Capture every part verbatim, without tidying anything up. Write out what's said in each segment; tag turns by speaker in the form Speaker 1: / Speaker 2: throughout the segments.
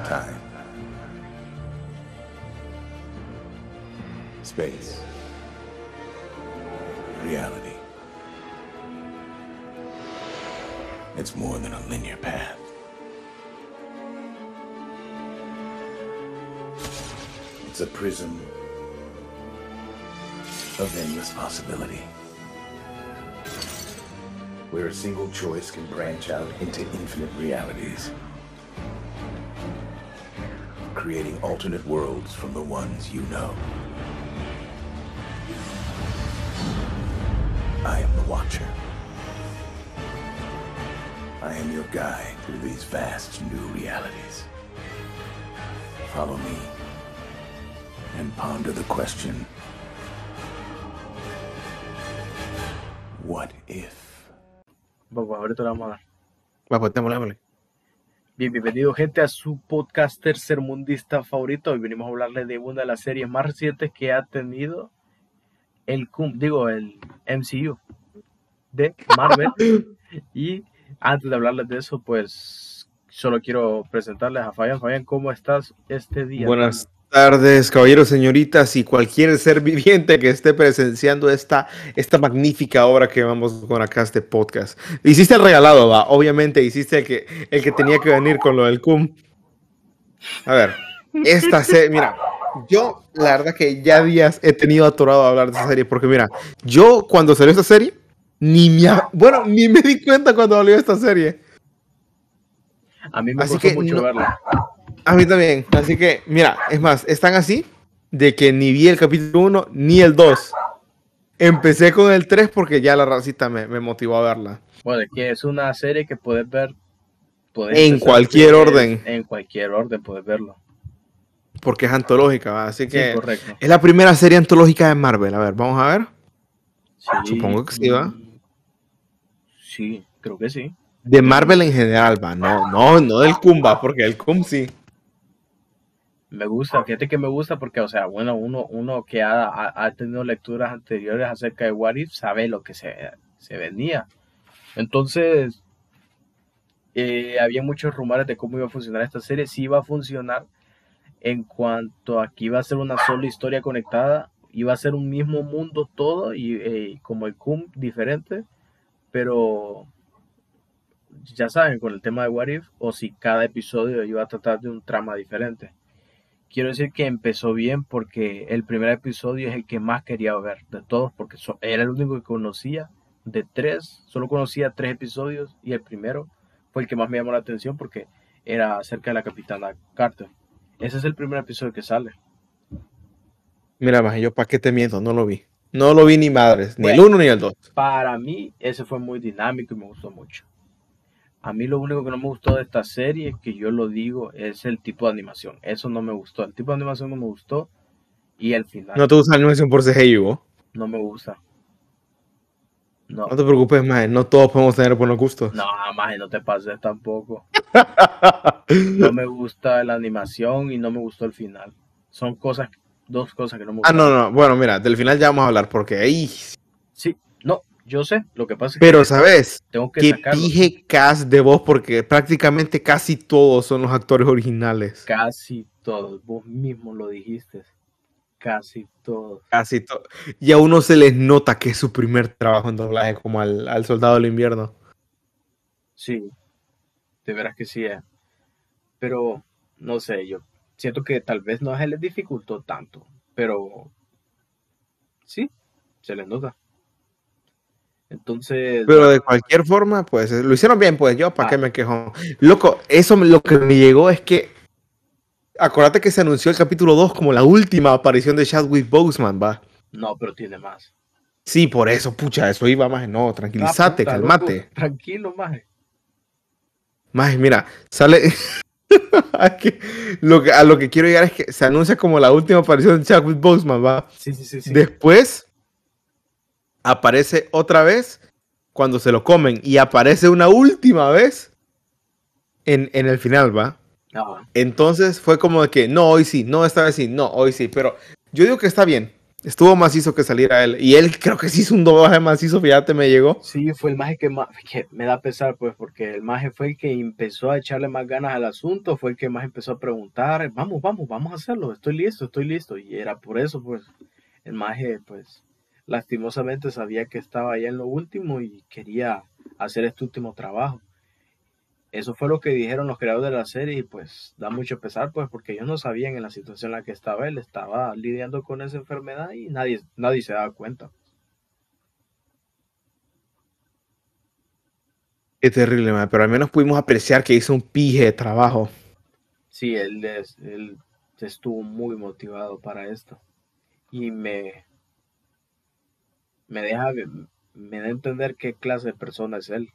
Speaker 1: time. Space. Reality. It's more than a linear path. It's a prism of endless possibility, where a single choice can branch out into infinite realities, creating alternate worlds from the ones you know. I am the Watcher. I am your guide through these vast new realities. Follow me and ponder the question, what if?
Speaker 2: Vamos, ahorita la vamos a dar.
Speaker 3: Va, pues démosle, démosle.
Speaker 2: Bien, bienvenido gente a su podcast tercermundista favorito. Hoy venimos a hablarles de una de las series más recientes que ha tenido el C U M, digo, el M C U de Marvel. Y antes de hablarles de eso, pues solo quiero presentarles a Fabián. Fabián, ¿cómo estás este día?
Speaker 3: Buenas tardes, caballeros, señoritas y cualquier ser viviente que esté presenciando esta, esta magnífica obra que vamos con acá este podcast. Hiciste el regalado, va. Obviamente hiciste el que, el que tenía que venir con lo del C U M. A ver, esta serie, mira, yo la verdad que ya días he tenido atorado a hablar de esa serie porque mira, yo cuando salió esta serie, ni me, bueno, ni me di cuenta cuando salió esta serie.
Speaker 2: A mí me
Speaker 3: Así
Speaker 2: gustó
Speaker 3: que
Speaker 2: mucho
Speaker 3: no,
Speaker 2: verla.
Speaker 3: A mí también, así que, mira, es más, están así de que ni vi el capítulo uno ni el dos. Empecé con el tres porque ya la racita me, me motivó a verla.
Speaker 2: Bueno, es que es una serie que puedes ver puedes
Speaker 3: En
Speaker 2: empezar
Speaker 3: cualquier
Speaker 2: de-
Speaker 3: orden.
Speaker 2: En cualquier orden puedes verlo.
Speaker 3: Porque es antológica, ¿va? Así
Speaker 2: Sí,
Speaker 3: que
Speaker 2: correcto.
Speaker 3: es la primera serie antológica de Marvel. A ver, vamos a ver.
Speaker 2: Sí,
Speaker 3: Supongo que sí, ¿va?
Speaker 2: Sí, creo que sí.
Speaker 3: De Marvel en general, va. No, no, no del C U M, va, porque el C U M sí.
Speaker 2: Me gusta, fíjate que me gusta porque, o sea, bueno, uno, uno que ha, ha- ha tenido lecturas anteriores acerca de What If sabe lo que se, se venía. Entonces, eh, había muchos rumores de cómo iba a funcionar esta serie. Sí iba a funcionar en cuanto a que iba a ser una sola historia conectada, iba a ser un mismo mundo todo y eh, como el C U M diferente, pero ya saben, con el tema de What If, o si cada episodio iba a tratar de un trama diferente. Quiero decir que empezó bien porque el primer episodio es el que más quería ver de todos, porque so- era el único que conocía de tres, solo conocía tres episodios y el primero fue el que más me llamó la atención porque era acerca de la Capitana Carter. Ese es el primer episodio que sale.
Speaker 3: Mira, más yo para qué te miento, no lo vi. No lo vi ni madres, ni el
Speaker 2: Bueno.
Speaker 3: uno ni el dos.
Speaker 2: Para mí ese fue muy dinámico y me gustó mucho. A mí lo único que no me gustó de esta serie, que yo lo digo, es el tipo de animación. Eso no me gustó. El tipo de animación no me gustó y el final
Speaker 3: No te gusta la animación por C G I, ¿vos?
Speaker 2: no me gusta. No,
Speaker 3: No te preocupes, más. No todos podemos tener buenos gustos.
Speaker 2: no, más no te pases tampoco. No me gusta la animación y no me gustó el final. Son cosas, dos cosas que no me
Speaker 3: Ah,
Speaker 2: gustan.
Speaker 3: no, no. Bueno, mira, del final ya vamos a hablar porque ahí.
Speaker 2: Sí, no, yo sé. Lo que pasa es
Speaker 3: Pero,
Speaker 2: que
Speaker 3: ¿sabes?
Speaker 2: tengo que
Speaker 3: Que
Speaker 2: sacarlo.
Speaker 3: pije cast de voz porque prácticamente casi todos son los actores originales.
Speaker 2: Casi todos, vos mismo lo dijiste. Casi todos.
Speaker 3: Casi todos. Y a uno se les nota que es su primer trabajo en doblaje, como al, al Soldado del Invierno.
Speaker 2: Sí, de veras que sí es. Pero, no sé, yo siento que tal vez no se les dificultó tanto. Pero, sí, se les nota. Entonces,
Speaker 3: Pero
Speaker 2: bueno,
Speaker 3: de cualquier forma, pues lo hicieron bien, pues yo, ¿para
Speaker 2: Ah.
Speaker 3: qué me quejo? Loco, eso me- lo que me llegó es que. Acuérdate que se anunció el capítulo dos como la última aparición de Chadwick Boseman, va.
Speaker 2: no, pero tiene más.
Speaker 3: Sí, por eso, pucha, eso iba más. No, tranquilízate,
Speaker 2: Ah, puta,
Speaker 3: calmate.
Speaker 2: loco, tranquilo, maje.
Speaker 3: Más, mira, sale. Es que lo que, a lo que quiero llegar es que se anuncia como la última aparición de Chadwick Boseman, va.
Speaker 2: Sí, sí, sí, sí.
Speaker 3: Después aparece otra vez cuando se lo comen y aparece una última vez en, en el final, va.
Speaker 2: Ah,
Speaker 3: Entonces fue como de que no, hoy sí, no, esta vez sí, no, hoy sí. Pero yo digo que está bien. Estuvo macizo que saliera él. Y él creo que sí hizo un doblaje macizo, fíjate, me llegó.
Speaker 2: Sí, fue el maje que más, que me da pesar, pues, porque el maje fue el que empezó a echarle más ganas al asunto, fue el que más empezó a preguntar, vamos, vamos, vamos a hacerlo, estoy listo, estoy listo. Y era por eso, pues, el maje, pues, lastimosamente sabía que estaba ya en lo último y quería hacer este último trabajo. Eso fue lo que dijeron los creadores de la serie y pues da mucho pesar, pues, porque ellos no sabían en la situación en la que estaba él, estaba lidiando con esa enfermedad y nadie, nadie se daba cuenta.
Speaker 3: Qué terrible, man. Pero al menos pudimos apreciar que hizo un pije de trabajo.
Speaker 2: Sí, él, es- él estuvo muy motivado para esto y me, me deja, me da a entender qué clase de persona es él.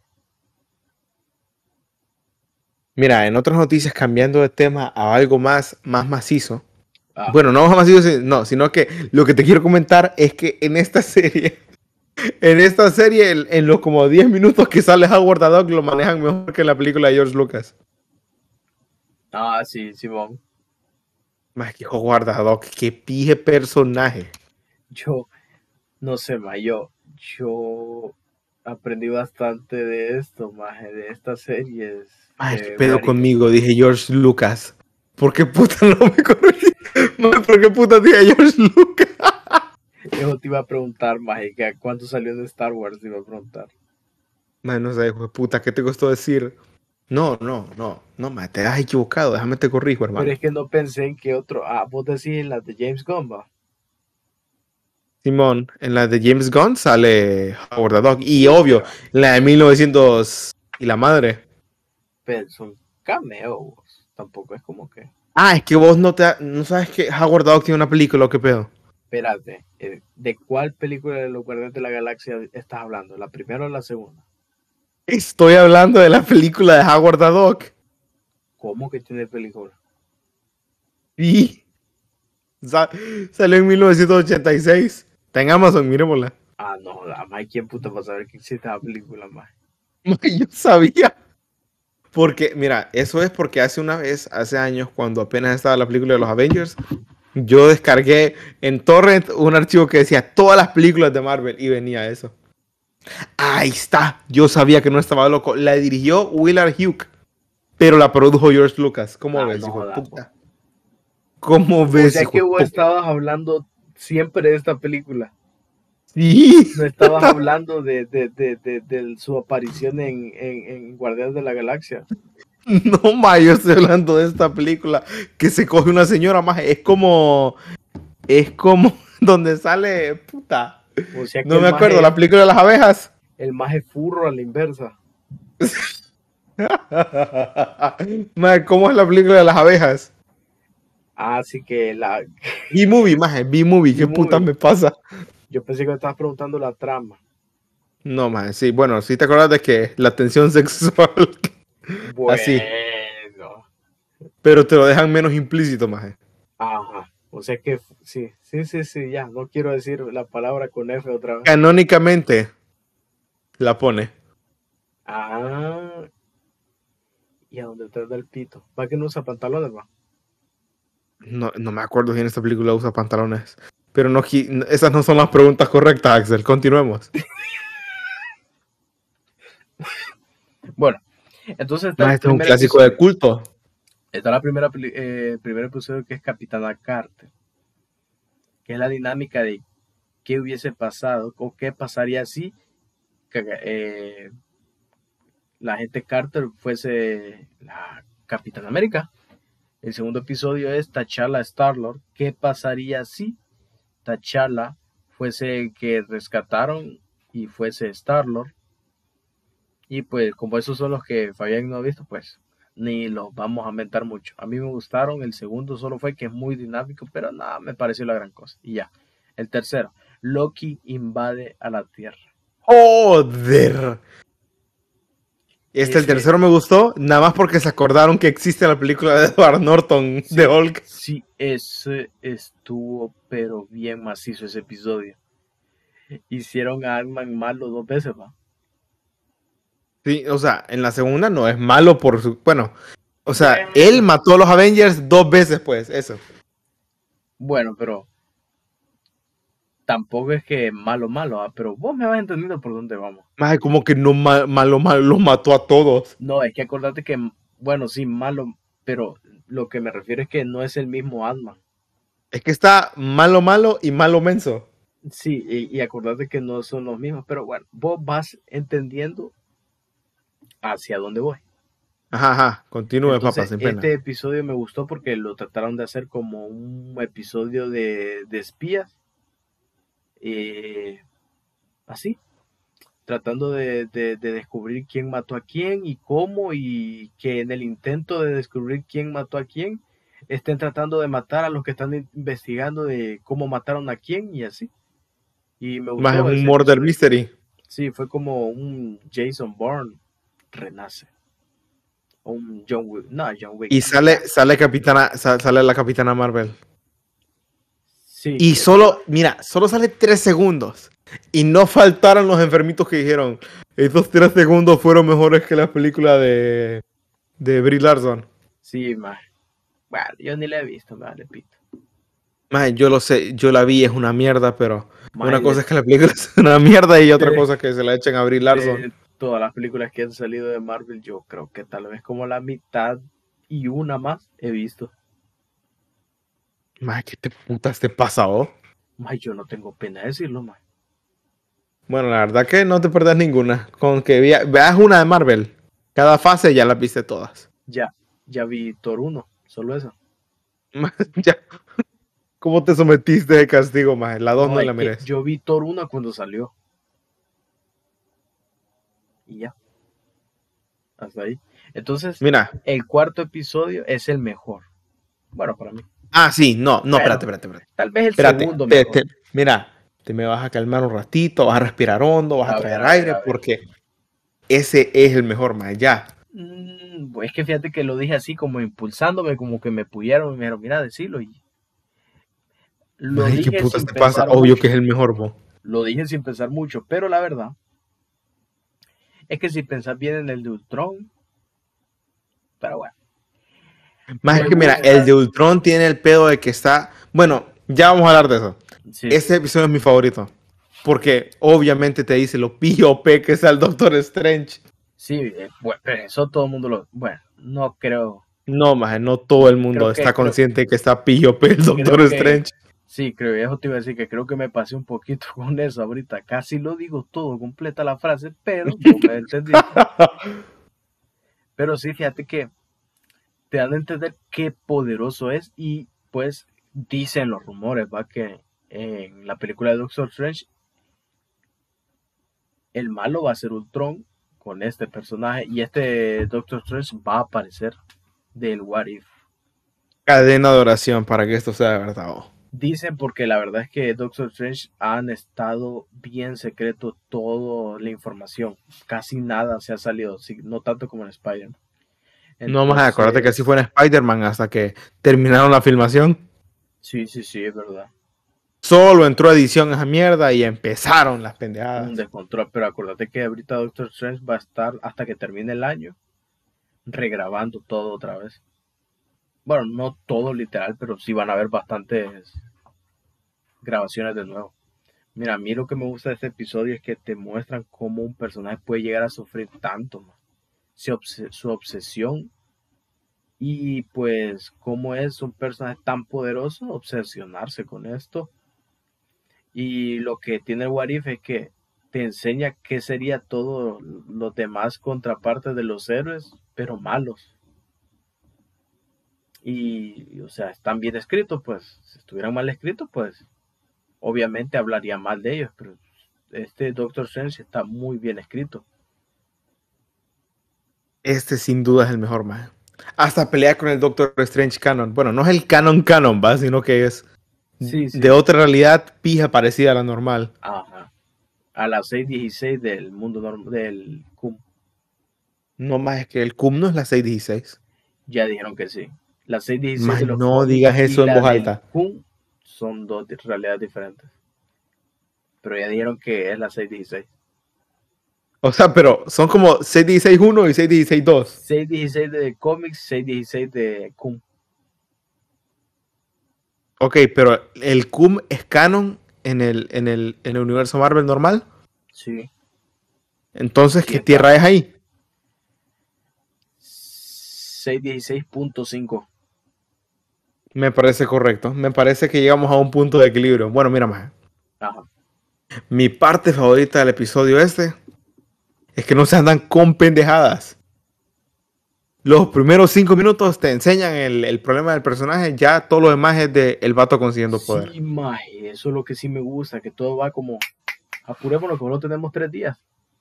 Speaker 3: Mira, en otras noticias, cambiando de tema a algo más, más macizo.
Speaker 2: Ah,
Speaker 3: Bueno, no más macizo, si- no, sino que lo que te quiero comentar es que en esta serie, en esta serie, en, en los como diez minutos que sale Howard the Duck, lo manejan mejor que en la película de George Lucas.
Speaker 2: ah, sí, Simón.
Speaker 3: Más que Howard the Duck, qué pije personaje.
Speaker 2: Yo, no sé, ma, yo, yo aprendí bastante de esto, maje, de estas series
Speaker 3: Ay, qué
Speaker 2: de
Speaker 3: pedo
Speaker 2: What If.
Speaker 3: conmigo, dije George Lucas. ¿Por qué puta no me corregí? Mae, ¿por qué puta dije George Lucas?
Speaker 2: Eso te iba a preguntar, maje, que ¿cuánto salió de Star Wars? Te iba a preguntar.
Speaker 3: Mae, no sé, hijo de puta, ¿qué te costó decir? No, no, no, no, mae, te has equivocado, déjame te corrijo,
Speaker 2: Pero
Speaker 3: hermano.
Speaker 2: es que no pensé en qué otro. Ah, vos decís en las de James Gunn, va.
Speaker 3: Simón, en la de James Gunn sale Howard the Duck. Y obvio, en la de mil novecientos y la madre.
Speaker 2: Pero son cameos. Tampoco es como que.
Speaker 3: Ah, es que vos no te no sabes que Howard the Duck tiene una película o qué pedo.
Speaker 2: Espérate, eh, ¿de cuál película de los Guardianes de la Galaxia estás hablando? ¿La primera o la segunda?
Speaker 3: Estoy hablando de la película de Howard the Duck.
Speaker 2: ¿Cómo que tiene película?
Speaker 3: Y sa- salió en mil novecientos ochenta y seis. Está en Amazon, miremosla.
Speaker 2: Ah, no, la más, ¿quién puta va a saber que existe esa película más?
Speaker 3: Yo sabía. Porque, mira, eso es porque hace una vez, hace años, cuando apenas estaba la película de los Avengers, yo descargué en Torrent un archivo que decía todas las películas de Marvel y venía eso. Ahí está. Yo sabía que no estaba loco. La dirigió Willard Hughes, pero la produjo George Lucas. ¿Cómo
Speaker 2: Ah,
Speaker 3: ves,
Speaker 2: no
Speaker 3: hijo de
Speaker 2: jodas,
Speaker 3: puta? ¿Cómo
Speaker 2: O
Speaker 3: ves,
Speaker 2: sea
Speaker 3: hijo
Speaker 2: que
Speaker 3: de
Speaker 2: vos
Speaker 3: puta?
Speaker 2: estabas hablando siempre de esta película.
Speaker 3: Sí.
Speaker 2: No estabas hablando de, de, de, de, de su aparición en, en, en Guardianes de la Galaxia.
Speaker 3: No, ma, yo estoy hablando de esta película que se coge una señora más. Es como. Es como donde sale. Puta.
Speaker 2: O sea que
Speaker 3: No
Speaker 2: el
Speaker 3: me acuerdo,
Speaker 2: maje-
Speaker 3: la película de las abejas.
Speaker 2: El maje furro a la inversa.
Speaker 3: Ma, ¿cómo es la película de las abejas?
Speaker 2: Así que la,
Speaker 3: B-Movie, maje, B-Movie, ¿qué
Speaker 2: B-Movie.
Speaker 3: puta me pasa?
Speaker 2: yo pensé que me estabas preguntando la trama.
Speaker 3: No, maje, sí, bueno, sí te acuerdas de que la tensión sexual,
Speaker 2: Bueno.
Speaker 3: así, pero te lo dejan menos implícito, maje.
Speaker 2: Ajá. O sea que sí, sí, sí, sí, ya. No quiero decir la palabra con F otra vez.
Speaker 3: Canónicamente la pone.
Speaker 2: Ah. ¿Y a dónde te da el pito? ¿Va que no usa pantalones, va?
Speaker 3: No, no me acuerdo si en esta película usa pantalones. Pero no, qui- esas no son las preguntas correctas, Axel. Continuemos.
Speaker 2: Bueno, entonces está
Speaker 3: No,
Speaker 2: el
Speaker 3: este es un
Speaker 2: primer
Speaker 3: clásico
Speaker 2: episodio.
Speaker 3: de culto.
Speaker 2: Está la primera peli- eh, primer episodio, que es Capitana Carter, que es la dinámica de qué hubiese pasado o qué pasaría si que, eh, la agente Carter fuese la Capitana América. El segundo episodio es T'Challa Star-Lord, qué pasaría si T'Challa fuese el que rescataron y fuese Star-Lord. Y pues como esos son los que Fabián no ha visto, pues ni los vamos a mentar mucho. A mí me gustaron. El segundo solo fue que es muy dinámico, pero nada, me pareció la gran cosa. Y ya. El tercero, Loki invade a la Tierra.
Speaker 3: ¡Joder! Este, el
Speaker 2: Ese-
Speaker 3: tercero me gustó, nada más porque se acordaron que existe la película de Edward Norton
Speaker 2: Sí.
Speaker 3: de Hulk.
Speaker 2: Sí, ese estuvo pero bien macizo ese episodio. Hicieron a Ant-Man malo dos veces, va.
Speaker 3: Sí, o sea, en la segunda no es malo por su... Bueno, o sea,
Speaker 2: Bueno.
Speaker 3: él mató a los Avengers dos veces, pues, eso.
Speaker 2: Bueno, pero tampoco es que malo, malo, ¿ah? Pero vos me vas entendiendo por dónde vamos.
Speaker 3: Maje, como que no ma- malo, malo, los mató a todos.
Speaker 2: No, es que acordate que, bueno, sí, malo, pero lo que me refiero es que no es el mismo Ant-Man.
Speaker 3: Es que está malo, malo y malo menso.
Speaker 2: Sí, y, y acordate que no son los mismos, pero bueno, vos vas entendiendo hacia dónde voy.
Speaker 3: Ajá, ajá. Continúe,
Speaker 2: Entonces,
Speaker 3: papá, sin pena.
Speaker 2: este episodio me gustó porque lo trataron de hacer como un episodio de, de espías. eh, así, tratando de, de- de descubrir quién mató a quién y cómo, y que en el intento de descubrir quién mató a quién, estén tratando de matar a los que están in- investigando de cómo mataron a quién y así. Y me
Speaker 3: Más es
Speaker 2: gustó
Speaker 3: un
Speaker 2: ese
Speaker 3: murder
Speaker 2: episodio.
Speaker 3: mystery.
Speaker 2: Sí, fue como un Jason Bourne renace. O un John Wick. No, John Wick.
Speaker 3: Y
Speaker 2: no.
Speaker 3: sale, sale capitana, sa- sale la capitana Marvel.
Speaker 2: Sí,
Speaker 3: Y solo, mira, solo sale tres segundos. Y no faltaron los enfermitos que dijeron, esos tres segundos fueron mejores que la película de, de Brie Larson.
Speaker 2: sí, más. Bueno, yo ni la he visto, me vale pito.
Speaker 3: Maje, yo lo sé, yo la vi, es una mierda, pero
Speaker 2: Maje,
Speaker 3: una cosa
Speaker 2: de-
Speaker 3: es que la película es una mierda y otra
Speaker 2: de-
Speaker 3: cosa es que se la echen a Brie Larson.
Speaker 2: de todas las películas que han salido de Marvel, yo creo que tal vez como la mitad y una más he visto.
Speaker 3: Maje, ¿qué te putas te pasa, oh?
Speaker 2: Más yo no tengo pena de decirlo, más.
Speaker 3: Bueno, la verdad que no te perdás ninguna. Con que vea- veas una de Marvel, cada fase ya las viste todas.
Speaker 2: Ya, ya vi Thor uno, solo eso.
Speaker 3: Ya. ¿Cómo te sometiste de castigo, maje? La dos no,
Speaker 2: es
Speaker 3: la
Speaker 2: que
Speaker 3: mires.
Speaker 2: yo vi Thor uno cuando salió. Y ya. Hasta ahí. Entonces,
Speaker 3: Mira.
Speaker 2: el cuarto episodio es el mejor. Bueno, para mí.
Speaker 3: Ah, sí, no, no,
Speaker 2: Bueno,
Speaker 3: espérate, espérate, espérate.
Speaker 2: Tal vez el
Speaker 3: Espérate,
Speaker 2: segundo
Speaker 3: te-
Speaker 2: mejor.
Speaker 3: te- mira, te me vas a calmar un ratito, vas a respirar hondo, vas a,
Speaker 2: A
Speaker 3: traer
Speaker 2: ver, a ver,
Speaker 3: aire,
Speaker 2: a ver.
Speaker 3: porque ese es el mejor, maje, ya.
Speaker 2: Mm, es que fíjate que lo dije así como impulsándome, como que me puyeron y me dijeron, mira, decilo. Y lo
Speaker 3: Maje, ¿qué
Speaker 2: dije
Speaker 3: putas
Speaker 2: sin
Speaker 3: te pasa?
Speaker 2: pensar
Speaker 3: Obvio
Speaker 2: mucho.
Speaker 3: que es el mejor, bo.
Speaker 2: Lo dije sin pensar mucho, pero la verdad es que si pensás bien en el de Ultron, pero bueno.
Speaker 3: Más
Speaker 2: Me
Speaker 3: es que mira,
Speaker 2: gusta.
Speaker 3: el de Ultron tiene el pedo de que está... Bueno, ya vamos a hablar de eso.
Speaker 2: Sí,
Speaker 3: Este episodio es mi favorito. Porque obviamente te dice lo P O P que es el Doctor Strange.
Speaker 2: sí, eh, bueno, pero eso todo el mundo lo... Bueno, no creo...
Speaker 3: No, maje, no todo el mundo
Speaker 2: Creo que-
Speaker 3: está
Speaker 2: creo-
Speaker 3: consciente que está P O P el Doctor
Speaker 2: creo que-
Speaker 3: Strange.
Speaker 2: Sí, creo, eso te iba a decir que creo que me pasé un poquito con eso ahorita. Casi lo digo todo, completa la frase, pero no me entendí. Pero sí, fíjate que te dan a entender qué poderoso es y pues dicen los rumores, va, que en la película de Doctor Strange el malo va a ser Ultron con este personaje y este Doctor Strange va a aparecer del What If.
Speaker 3: Cadena de oración para que esto sea de verdad. Oh.
Speaker 2: Dicen porque la verdad es que Doctor Strange han estado bien secreto toda la información. Casi nada se ha salido, sí, no tanto como en Spider-Man.
Speaker 3: No más, acuérdate que así
Speaker 2: Entonces,
Speaker 3: fue en Spider-Man hasta que terminaron la filmación.
Speaker 2: Sí, sí, sí, es verdad.
Speaker 3: Solo entró edición a esa mierda y empezaron las
Speaker 2: Un
Speaker 3: pendejadas.
Speaker 2: descontrol, pero acuérdate que ahorita Doctor Strange va a estar hasta que termine el año regrabando todo otra vez. Bueno, no todo literal, pero sí van a haber bastantes grabaciones de nuevo. Mira, a mí lo que me gusta de este episodio es que te muestran cómo un personaje puede llegar a sufrir tanto, man. Su, obs- su obsesión y pues cómo es un personaje tan poderoso obsesionarse con esto. Y lo que tiene el What If es que te enseña qué sería todo los demás contrapartes de los héroes, pero malos. Y, o sea, están bien escritos, pues. Si estuvieran mal escritos, pues, obviamente hablaría mal de ellos, pero este Doctor Strange está muy bien escrito.
Speaker 3: Este sin duda es el mejor, man. Hasta pelea con el Doctor Strange canon. Bueno, no es el canon canon, ¿va? Sino que es
Speaker 2: Sí, sí.
Speaker 3: de otra realidad pija parecida a la normal.
Speaker 2: Ajá. A las seis dieciséis del mundo normal, del C U M.
Speaker 3: No más, es que el C U M no es la seis dieciséis.
Speaker 2: Ya dijeron que sí. Las seis dieciséis
Speaker 3: Man,
Speaker 2: de los
Speaker 3: no
Speaker 2: cómics
Speaker 3: digas
Speaker 2: y
Speaker 3: eso en
Speaker 2: la
Speaker 3: voz
Speaker 2: del
Speaker 3: alta.
Speaker 2: C U M son dos di- realidades diferentes. Pero ya dijeron que es la seis dieciséis.
Speaker 3: O sea, pero son como seis dieciséis uno y seis dieciséis dos.
Speaker 2: seis dieciséis de cómics, seis dieciséis de C U M.
Speaker 3: Ok, pero el C U M es canon en el, en el, en el universo Marvel normal.
Speaker 2: Sí.
Speaker 3: Entonces,
Speaker 2: Sí
Speaker 3: ¿qué
Speaker 2: está.
Speaker 3: tierra es ahí?
Speaker 2: seiscientos dieciséis punto cinco.
Speaker 3: Me parece correcto. Me parece que llegamos a un punto de equilibrio. Bueno, mira más.
Speaker 2: Ajá.
Speaker 3: Mi parte favorita del episodio este es que no se andan con pendejadas. Los primeros cinco minutos te enseñan el, el problema del personaje, ya todo lo demás es de el vato consiguiendo poder.
Speaker 2: Sí, maje, eso es lo que sí me gusta, que todo va como, apurémonos, que no tenemos tres días.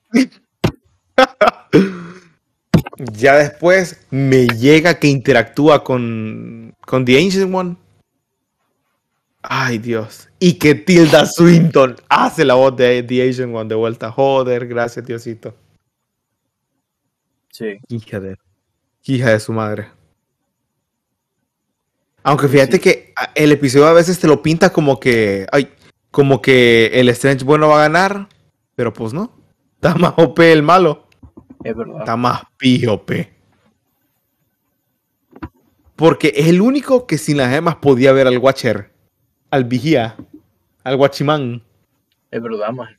Speaker 3: Ya después me llega que interactúa con, con The Ancient One. Ay, Dios. Y que Tilda Swinton hace la voz de The Ancient One de vuelta. Joder, gracias, Diosito.
Speaker 2: Sí.
Speaker 3: Hija de, hija de su madre. Aunque
Speaker 2: Sí,
Speaker 3: fíjate
Speaker 2: sí.
Speaker 3: que a- el episodio a veces te lo pinta como que, ay, como que el Strange bueno va a ganar, pero pues no. Está más O P el malo.
Speaker 2: Es verdad.
Speaker 3: Está más pi O P. Porque es el único que sin las gemas podía ver al Watcher, al vigía, al Watchman.
Speaker 2: Es verdad, maje.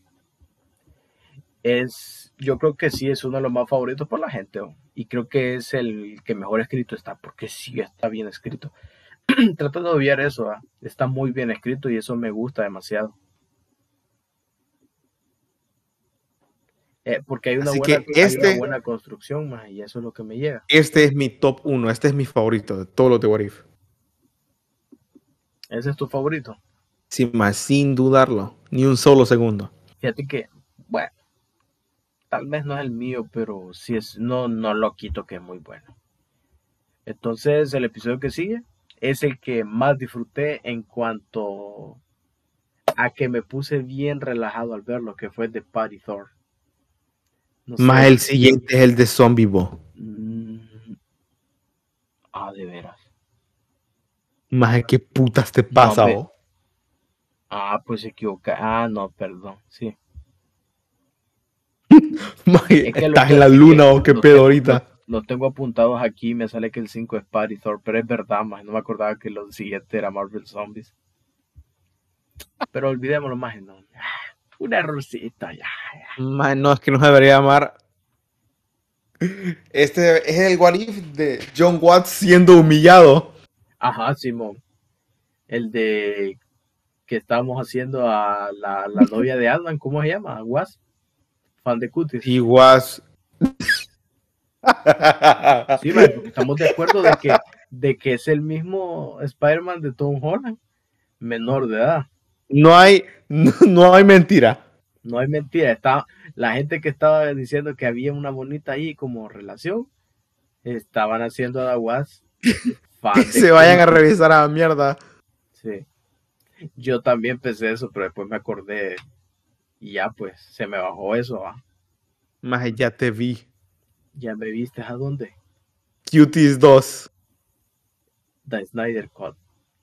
Speaker 2: Es, yo creo que sí es uno de los más favoritos por la gente, ¿o? Y creo que es el que mejor escrito está, porque sí está bien escrito. Trata de obviar eso, ¿ah? Está muy bien escrito y eso me gusta demasiado. Eh, porque hay una
Speaker 3: Así
Speaker 2: buena,
Speaker 3: que
Speaker 2: hay una
Speaker 3: este,
Speaker 2: buena construcción, maje, y eso es lo que me llega.
Speaker 3: este es mi top uno. Este es mi favorito de todos los de What If.
Speaker 2: ¿Ese es tu favorito?
Speaker 3: Sin más, sin dudarlo. Ni un solo segundo.
Speaker 2: Fíjate que, bueno, tal vez no es el mío, pero sí es, no, no lo quito que es muy bueno. Entonces, el episodio que sigue es el que más disfruté en cuanto a que me puse bien relajado al verlo, que fue The Party Thor. No
Speaker 3: Más
Speaker 2: sé.
Speaker 3: el siguiente es el de Zombie Bo.
Speaker 2: Mm, ah, de veras.
Speaker 3: Más qué putas te
Speaker 2: No,
Speaker 3: pasa,
Speaker 2: ve-
Speaker 3: vos?
Speaker 2: ah, pues se equivoca. Ah, no, perdón. Sí.
Speaker 3: Maje,
Speaker 2: Es que lo
Speaker 3: ¿estás
Speaker 2: que
Speaker 3: en la
Speaker 2: es que
Speaker 3: luna o qué
Speaker 2: lo
Speaker 3: pedo
Speaker 2: tengo,
Speaker 3: ahorita?
Speaker 2: lo, lo tengo apuntados aquí. Me sale que el cinco es Party Thor, pero es verdad, más. No me acordaba que lo siguiente era Marvel Zombies. Pero olvidémoslo más. No. Ah, un errorcito ya.
Speaker 3: Maje, no, es que no se debería llamar. Este es el What If de John Watts siendo humillado.
Speaker 2: Ajá, Simón. El de que estábamos haciendo a la, la novia de Adman, ¿cómo se llama? Was, fan de Cuties.
Speaker 3: He was.
Speaker 2: Sí, man, porque estamos de acuerdo de que, de que es el mismo Spider-Man de Tom Holland, menor de edad.
Speaker 3: No hay, no, no hay mentira.
Speaker 2: No hay mentira. Está, la gente que estaba diciendo que había una bonita ahí como relación, estaban haciendo a la Was fan
Speaker 3: Que
Speaker 2: de
Speaker 3: se vayan a
Speaker 2: Cuties.
Speaker 3: revisar a la mierda.
Speaker 2: Sí. Yo también pensé eso, pero después me acordé y ya pues se me bajó eso. ¿Va?
Speaker 3: Maje, ya te vi.
Speaker 2: Ya me viste a dónde.
Speaker 3: Cuties dos.
Speaker 2: The Snyder Cut.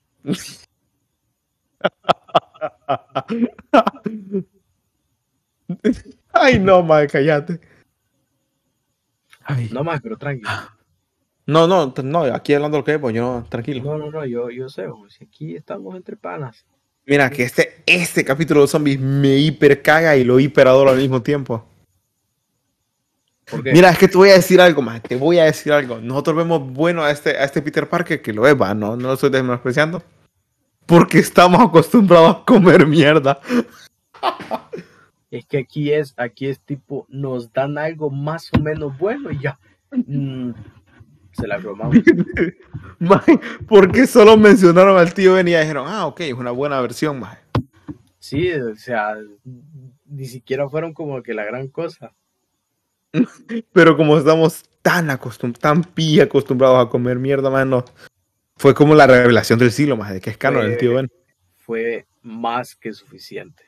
Speaker 3: Ay, no, maje, cállate. Ay.
Speaker 2: No más, pero tranquilo.
Speaker 3: No, no, no, aquí hablando lo que es, pues yo, tranquilo.
Speaker 2: No, no, no, yo, yo sé, o sea, aquí estamos entre panas.
Speaker 3: Mira, que este, este capítulo de zombies me hiper caga y lo hiper adoro al mismo tiempo.
Speaker 2: ¿Por qué?
Speaker 3: Mira, es que te voy a decir algo, más, te voy a decir algo. Nosotros vemos bueno a este, a este Peter Parker, que lo es, va, no, no lo estoy despreciando. Porque estamos acostumbrados a comer mierda.
Speaker 2: Es que aquí es, aquí es tipo, nos dan algo más o menos bueno y ya. Mm, se la bromamos.
Speaker 3: Maje, porque solo mencionaron al tío Ben y ya dijeron, ah, ok, es una buena versión, maje.
Speaker 2: Sí, o sea, ni siquiera fueron como que la gran cosa.
Speaker 3: Pero como estamos tan acostumbrados, tan pi acostumbrados a comer mierda, maje, no. Fue como la revelación del siglo, maje, de que es canon el tío Ben.
Speaker 2: Fue más que suficiente.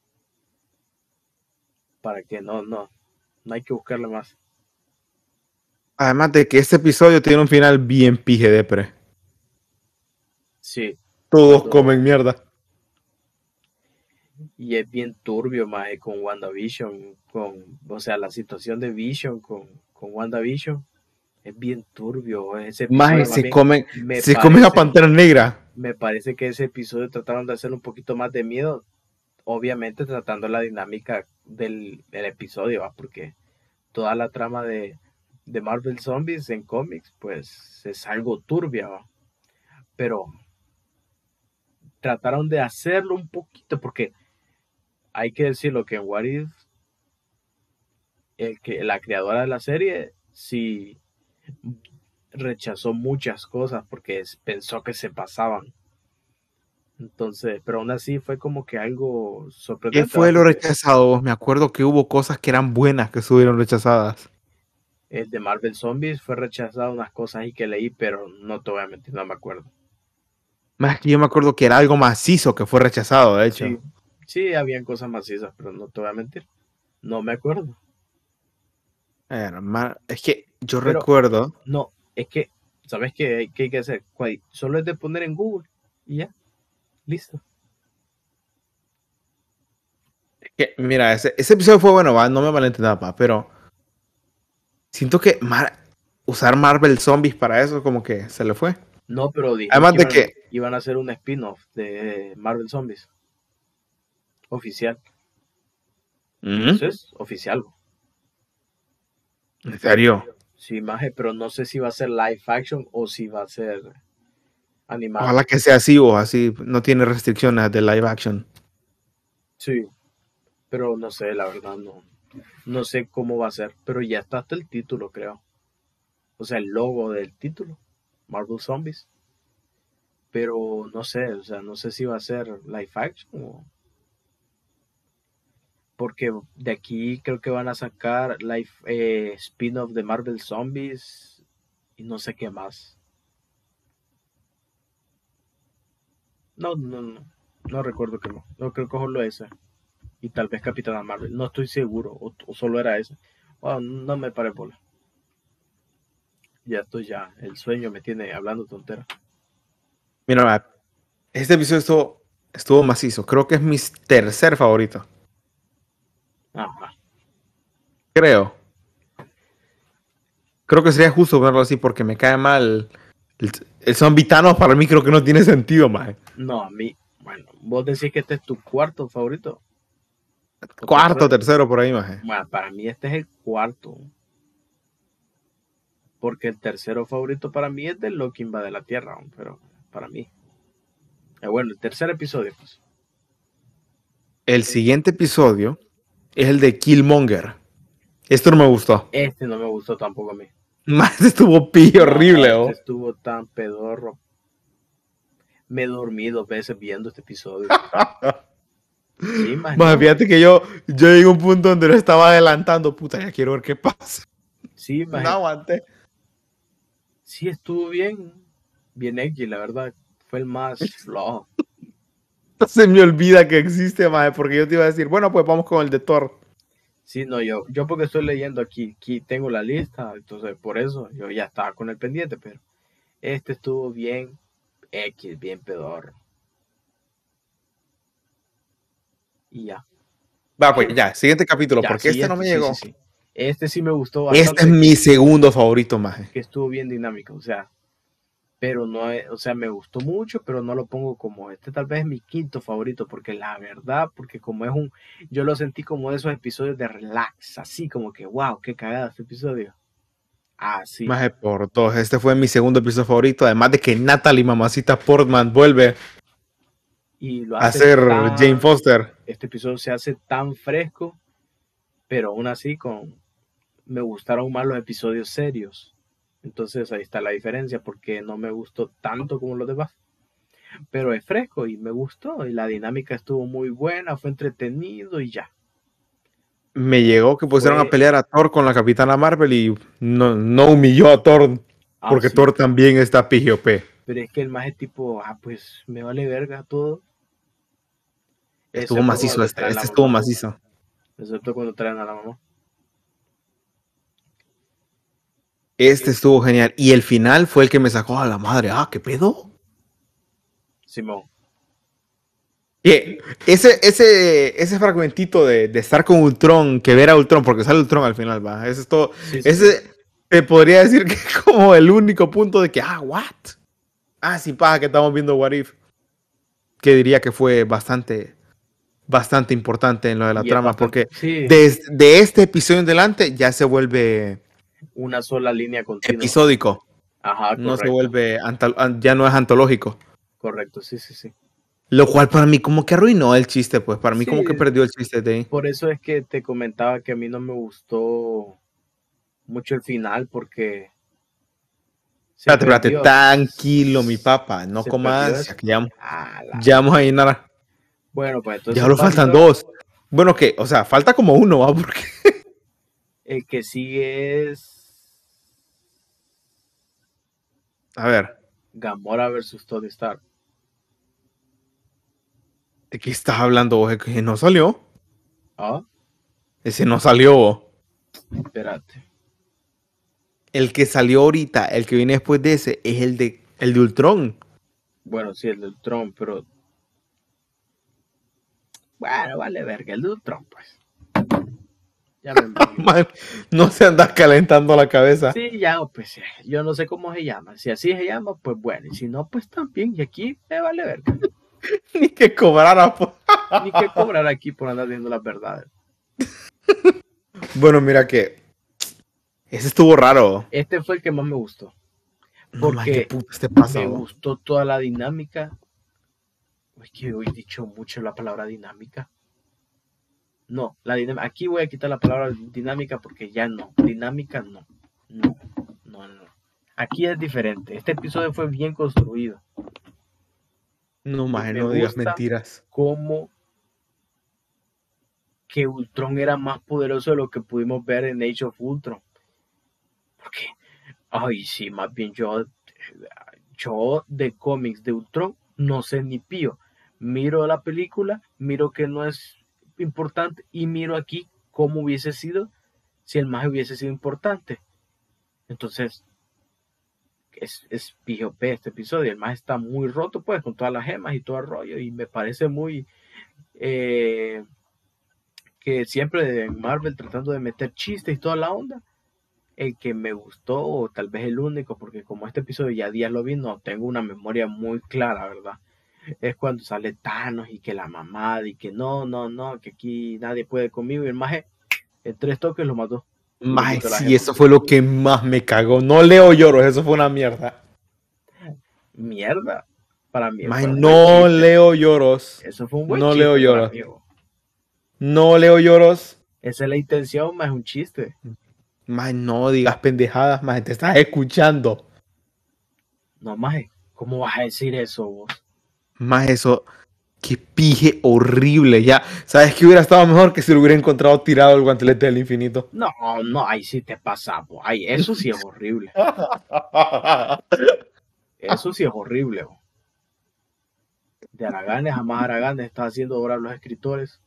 Speaker 2: Para que no, no, no hay que buscarle más.
Speaker 3: Además de que este episodio tiene un final bien pije depre.
Speaker 2: Sí.
Speaker 3: Todos
Speaker 2: Cuando-
Speaker 3: comen mierda.
Speaker 2: Y es bien turbio, más con WandaVision, con, o sea, la situación de Vision con, con WandaVision es bien turbio. Ese episodio
Speaker 3: Maje,
Speaker 2: más
Speaker 3: se
Speaker 2: bien
Speaker 3: comen,
Speaker 2: me
Speaker 3: se comen a
Speaker 2: parece-
Speaker 3: Pantera Negra.
Speaker 2: Me parece que ese episodio trataron de hacer un poquito más de miedo obviamente tratando la dinámica del, del episodio, ¿va? Porque toda la trama de, de Marvel Zombies en cómics, pues es algo turbia, ¿va? Pero trataron de hacerlo un poquito, porque hay que decirlo que en What If, el que, la creadora de la serie, sí rechazó muchas cosas porque es- pensó que se pasaban. Entonces, pero aún así fue como que algo
Speaker 3: ¿Qué
Speaker 2: sorprendente, ¿va?
Speaker 3: fue lo
Speaker 2: Porque
Speaker 3: rechazado? Me acuerdo que hubo cosas que eran buenas que estuvieron rechazadas.
Speaker 2: el de Marvel Zombies fue rechazado unas cosas ahí que leí, pero no te voy a mentir, no me acuerdo.
Speaker 3: Más que yo me acuerdo que era algo macizo que fue rechazado, de
Speaker 2: Sí,
Speaker 3: hecho.
Speaker 2: sí, habían cosas macizas, pero no te voy a mentir, no me acuerdo.
Speaker 3: Hermano, es que yo
Speaker 2: Pero
Speaker 3: recuerdo
Speaker 2: no, es que, ¿sabes qué hay, qué hay que hacer? Cual- Solo es de poner en Google y ya, listo.
Speaker 3: que, mira, ese, ese episodio fue bueno, va, no me malentendas, pa, pero siento que Mar- usar Marvel Zombies para eso como que se le fue.
Speaker 2: No, pero dijeron
Speaker 3: Además
Speaker 2: que
Speaker 3: de
Speaker 2: iban,
Speaker 3: que,
Speaker 2: iban a hacer un spin-off de Marvel Zombies, oficial.
Speaker 3: ¿Mm?
Speaker 2: Eso es oficial.
Speaker 3: ¿En serio?
Speaker 2: Sí, maje, pero no sé si va a ser live action o si va a ser animado.
Speaker 3: Ojalá que sea así o así, no tiene restricciones de live action.
Speaker 2: Sí, pero no sé, la verdad no. No sé cómo va a ser, pero ya está hasta el título, creo. O sea, el logo del título, Marvel Zombies. Pero no sé, o sea, no sé si va a ser live action o... Porque de aquí creo que van a sacar live eh, spin-off de Marvel Zombies y no sé qué más. No, no, no. No recuerdo que no. No creo que solo ese. Y tal vez Capitana Marvel. No estoy seguro. O, o solo era ese. Bueno, no me pare bola. Ya estoy ya. El sueño me tiene hablando tontera.
Speaker 3: Mira, este episodio estuvo, estuvo macizo. Creo que es mi tercer favorito.
Speaker 2: Ajá.
Speaker 3: Creo. Creo que sería justo verlo así porque me cae mal. El, el zombie Thanos para mí creo que no tiene sentido, más.
Speaker 2: No, a mí. Bueno, vos decís que este es tu cuarto favorito. O
Speaker 3: Cuarto,
Speaker 2: tercero.
Speaker 3: tercero por ahí, más.
Speaker 2: Bueno, para mí este es el cuarto. Porque el tercero favorito para mí es de Loki invade la Tierra. Pero para mí. Eh, bueno, el tercer episodio, pues.
Speaker 3: El siguiente episodio es el de Killmonger. Esto no me gustó.
Speaker 2: Este no me gustó tampoco a mí.
Speaker 3: Más estuvo pillo
Speaker 2: No,
Speaker 3: horrible,
Speaker 2: este
Speaker 3: ¿oh?
Speaker 2: estuvo tan pedorro. Me dormí dos veces viendo este episodio. Sí, más
Speaker 3: Más
Speaker 2: no.
Speaker 3: fíjate que yo, yo llegué a un punto donde lo estaba adelantando. Puta, ya quiero ver qué pasa.
Speaker 2: Sí,
Speaker 3: No
Speaker 2: más
Speaker 3: aguanté.
Speaker 2: sí estuvo bien. Bien edgy, la verdad. Fue el más flojo.
Speaker 3: Se me olvida que existe, más porque yo te iba a decir, bueno, pues vamos con el de Thor.
Speaker 2: Sí, no, yo, yo porque estoy leyendo aquí, aquí tengo la lista, entonces por eso yo ya estaba con el pendiente, pero este estuvo bien X, bien pedorro. Y ya.
Speaker 3: Va, pues ya, siguiente capítulo,
Speaker 2: Ya,
Speaker 3: porque este no
Speaker 2: siguiente,
Speaker 3: me
Speaker 2: sí, sí,
Speaker 3: llegó.
Speaker 2: sí. Este sí me gustó
Speaker 3: Este es
Speaker 2: bastante,
Speaker 3: mi segundo favorito, maje.
Speaker 2: que estuvo bien dinámico, o sea, pero no es, o sea, me gustó mucho, pero no lo pongo como este, tal vez es mi quinto favorito, porque la verdad, porque como es un, yo lo sentí como de esos episodios de relax, así como que, wow, qué cagada este episodio. Así.
Speaker 3: Maje, por dos. Este fue mi segundo episodio favorito, además de que Natalie Mamacita Portman vuelve
Speaker 2: Y lo
Speaker 3: a
Speaker 2: hace
Speaker 3: ser Jane
Speaker 2: tan,
Speaker 3: Foster.
Speaker 2: este episodio se hace tan fresco, pero aún así con, me gustaron más los episodios serios. Entonces ahí está la diferencia, porque no me gustó tanto como los demás. Pero es fresco y me gustó, y la dinámica estuvo muy buena, fue entretenido y ya.
Speaker 3: Me llegó que pusieron a
Speaker 2: Fue,
Speaker 3: pelear a Thor con la Capitana Marvel y no, no humilló a Thor,
Speaker 2: ah,
Speaker 3: porque
Speaker 2: sí,
Speaker 3: Thor también está P G O P.
Speaker 2: pero es que el más es tipo, ah, pues me vale verga todo,
Speaker 3: Estuvo
Speaker 2: excepto
Speaker 3: macizo
Speaker 2: cuando
Speaker 3: este,
Speaker 2: traen la
Speaker 3: este estuvo
Speaker 2: mamá,
Speaker 3: macizo.
Speaker 2: excepto cuando traen a la mamá.
Speaker 3: Este estuvo genial. Y el final fue el que me sacó a la madre. Ah, ¿qué pedo?
Speaker 2: Simón,
Speaker 3: Y ese, ese, ese fragmentito de, de estar con Ultron, que ver a Ultron, porque sale Ultron al final, va. Ese es todo.
Speaker 2: sí, sí,
Speaker 3: Ese
Speaker 2: sí.
Speaker 3: te podría decir que es como el único punto de que, ah, what? Ah, sí, paja, que estamos viendo What If. Que diría que fue bastante bastante importante en lo de la
Speaker 2: Y es
Speaker 3: trama,
Speaker 2: bastante-
Speaker 3: porque
Speaker 2: sí,
Speaker 3: desde de este episodio en adelante ya se vuelve
Speaker 2: una sola línea continua.
Speaker 3: episódico,
Speaker 2: Ajá,
Speaker 3: no se
Speaker 2: correcto.
Speaker 3: vuelve, antal- an- ya no es antológico.
Speaker 2: Correcto, sí, sí, sí.
Speaker 3: Lo cual para mí como que arruinó el chiste, pues para mí
Speaker 2: Sí,
Speaker 3: como que perdió el chiste de ahí.
Speaker 2: por eso es que te comentaba que a mí no me gustó mucho el final porque se
Speaker 3: Espérate, espérate,
Speaker 2: perdió.
Speaker 3: tranquilo, mi papá, no
Speaker 2: Se
Speaker 3: comas,
Speaker 2: perdió
Speaker 3: ya,
Speaker 2: eso.
Speaker 3: que ya,
Speaker 2: Ah, la-
Speaker 3: ya vamos a llenar.
Speaker 2: Bueno, pues entonces
Speaker 3: Ya lo faltan
Speaker 2: básicamente,
Speaker 3: dos. Bueno, que, o sea, falta como uno, ¿va? Porque
Speaker 2: el que sigue es
Speaker 3: a ver,
Speaker 2: Gamora versus Tony Stark.
Speaker 3: ¿de qué estás hablando vos? Que no salió.
Speaker 2: Ah,
Speaker 3: Ese no salió vos.
Speaker 2: espérate.
Speaker 3: El que salió ahorita, el que viene después de ese, es el de el de Ultron.
Speaker 2: Bueno, sí, el del Trump, pero bueno, vale verga, el del Trump, pues. Ya me imagino.
Speaker 3: Man, no se anda calentando la cabeza.
Speaker 2: Sí, ya, pues yo no sé cómo se llama. Si así se llama, pues bueno. Y si no, pues también. Y aquí me vale verga.
Speaker 3: Ni que cobrara. po.
Speaker 2: Ni que cobrar aquí por andar viendo las verdades.
Speaker 3: Bueno, mira que ese estuvo raro.
Speaker 2: Este fue el que más me gustó.
Speaker 3: No, man,
Speaker 2: Porque
Speaker 3: qué puta este pasa.
Speaker 2: me
Speaker 3: vos.
Speaker 2: gustó toda la dinámica. Es que hoy he dicho mucho la palabra dinámica. No, la dinámica. Aquí voy a quitar la palabra dinámica porque ya no. Dinámica no. No, no, no. Aquí es diferente. Este episodio fue bien construido.
Speaker 3: No, más
Speaker 2: me
Speaker 3: no digas
Speaker 2: gusta.
Speaker 3: mentiras.
Speaker 2: Como que Ultron era más poderoso de lo que pudimos ver en Age of Ultron. Porque, ay, sí, más bien yo, yo de cómics de Ultron no sé ni pío. Miro la película, miro que no es importante y miro aquí cómo hubiese sido si el mago hubiese sido importante. Entonces, es, es pijo P este episodio. El mago está muy roto, pues, con todas las gemas y todo el rollo. Y me parece muy... Eh, que siempre en Marvel tratando de meter chistes y toda la onda. El que me gustó, o tal vez el único, porque como este episodio ya días lo vi, no tengo una memoria muy clara, ¿verdad? Es cuando sale Thanos y que la mamada y que no, no, no, que aquí nadie puede conmigo. Y el maje en tres toques lo mató.
Speaker 3: Maje, sí, eso fue lo que más me cagó. No leo lloros, eso fue una mierda.
Speaker 2: Mierda. Para mí.
Speaker 3: Maje, no leo lloros.
Speaker 2: Eso fue un buen
Speaker 3: No
Speaker 2: chiste.
Speaker 3: leo lloros.
Speaker 2: Mí,
Speaker 3: no leo lloros.
Speaker 2: Esa es la intención, más un chiste.
Speaker 3: Maje, no digas pendejadas, maje, te estás escuchando.
Speaker 2: No, maje, ¿cómo vas a decir eso vos?
Speaker 3: Maje, eso, qué pije horrible. Ya, ¿sabes qué hubiera estado mejor que si lo hubiera encontrado tirado el guantelete del infinito?
Speaker 2: No, no, ahí sí te pasa, bo. Ay, eso sí es horrible. Eso sí es horrible, bo. De Araganes a más Araganes está haciendo obra los escritores.